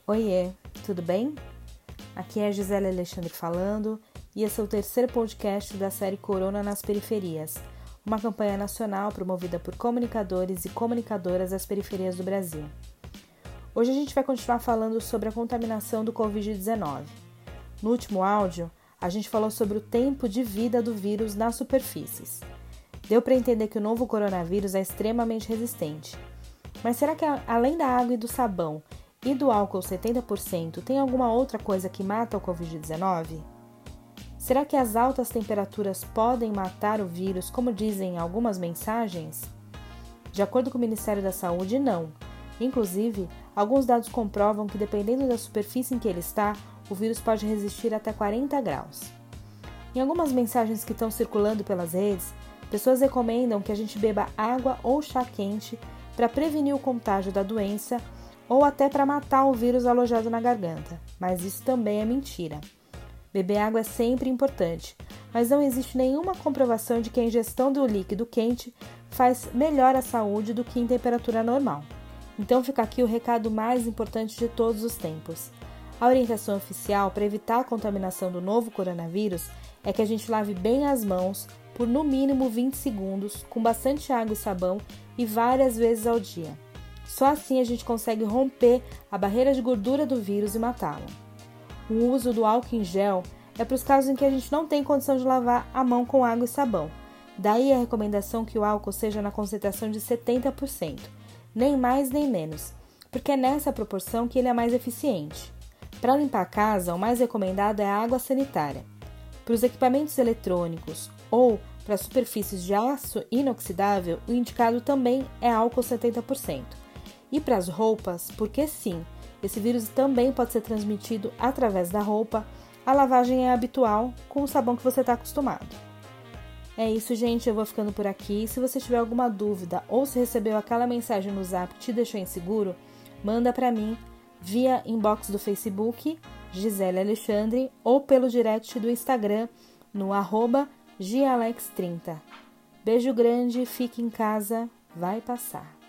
Oiê, tudo bem? Aqui é a Gisele Alexandre falando e esse é o terceiro podcast da série Corona nas Periferias, uma campanha nacional promovida por comunicadores e comunicadoras das periferias do Brasil. Hoje a gente vai continuar falando sobre a contaminação do Covid-19. No último áudio, a gente falou sobre o tempo de vida do vírus nas superfícies. Deu para entender que o novo coronavírus é extremamente resistente. Mas será que além da água e do sabão e do álcool 70%, tem alguma outra coisa que mata o Covid-19? Será que as altas temperaturas podem matar o vírus, como dizem algumas mensagens? De acordo com o Ministério da Saúde, não. Inclusive, alguns dados comprovam que dependendo da superfície em que ele está, o vírus pode resistir até 40 graus. Em algumas mensagens que estão circulando pelas redes, pessoas recomendam que a gente beba água ou chá quente para prevenir o contágio da doença ou até para matar o vírus alojado na garganta, mas isso também é mentira. Beber água é sempre importante, mas não existe nenhuma comprovação de que a ingestão do líquido quente faz melhor à saúde do que em temperatura normal. Então fica aqui o recado mais importante de todos os tempos. A orientação oficial para evitar a contaminação do novo coronavírus é que a gente lave bem as mãos por no mínimo 20 segundos, com bastante água e sabão e várias vezes ao dia. Só assim a gente consegue romper a barreira de gordura do vírus e matá-lo. O uso do álcool em gel é para os casos em que a gente não tem condição de lavar a mão com água e sabão. Daí a recomendação que o álcool seja na concentração de 70%, nem mais nem menos, porque é nessa proporção que ele é mais eficiente. Para limpar a casa, o mais recomendado é a água sanitária. Para os equipamentos eletrônicos ou para superfícies de aço inoxidável, o indicado também é álcool 70%. E para as roupas, porque sim, esse vírus também pode ser transmitido através da roupa, a lavagem é habitual com o sabão que você está acostumado. É isso, gente, eu vou ficando por aqui. Se você tiver alguma dúvida ou se recebeu aquela mensagem no Zap que te deixou inseguro, manda para mim via inbox do Facebook, Gisele Alexandre, ou pelo direct do Instagram no @gialex30. Beijo grande, fique em casa, vai passar.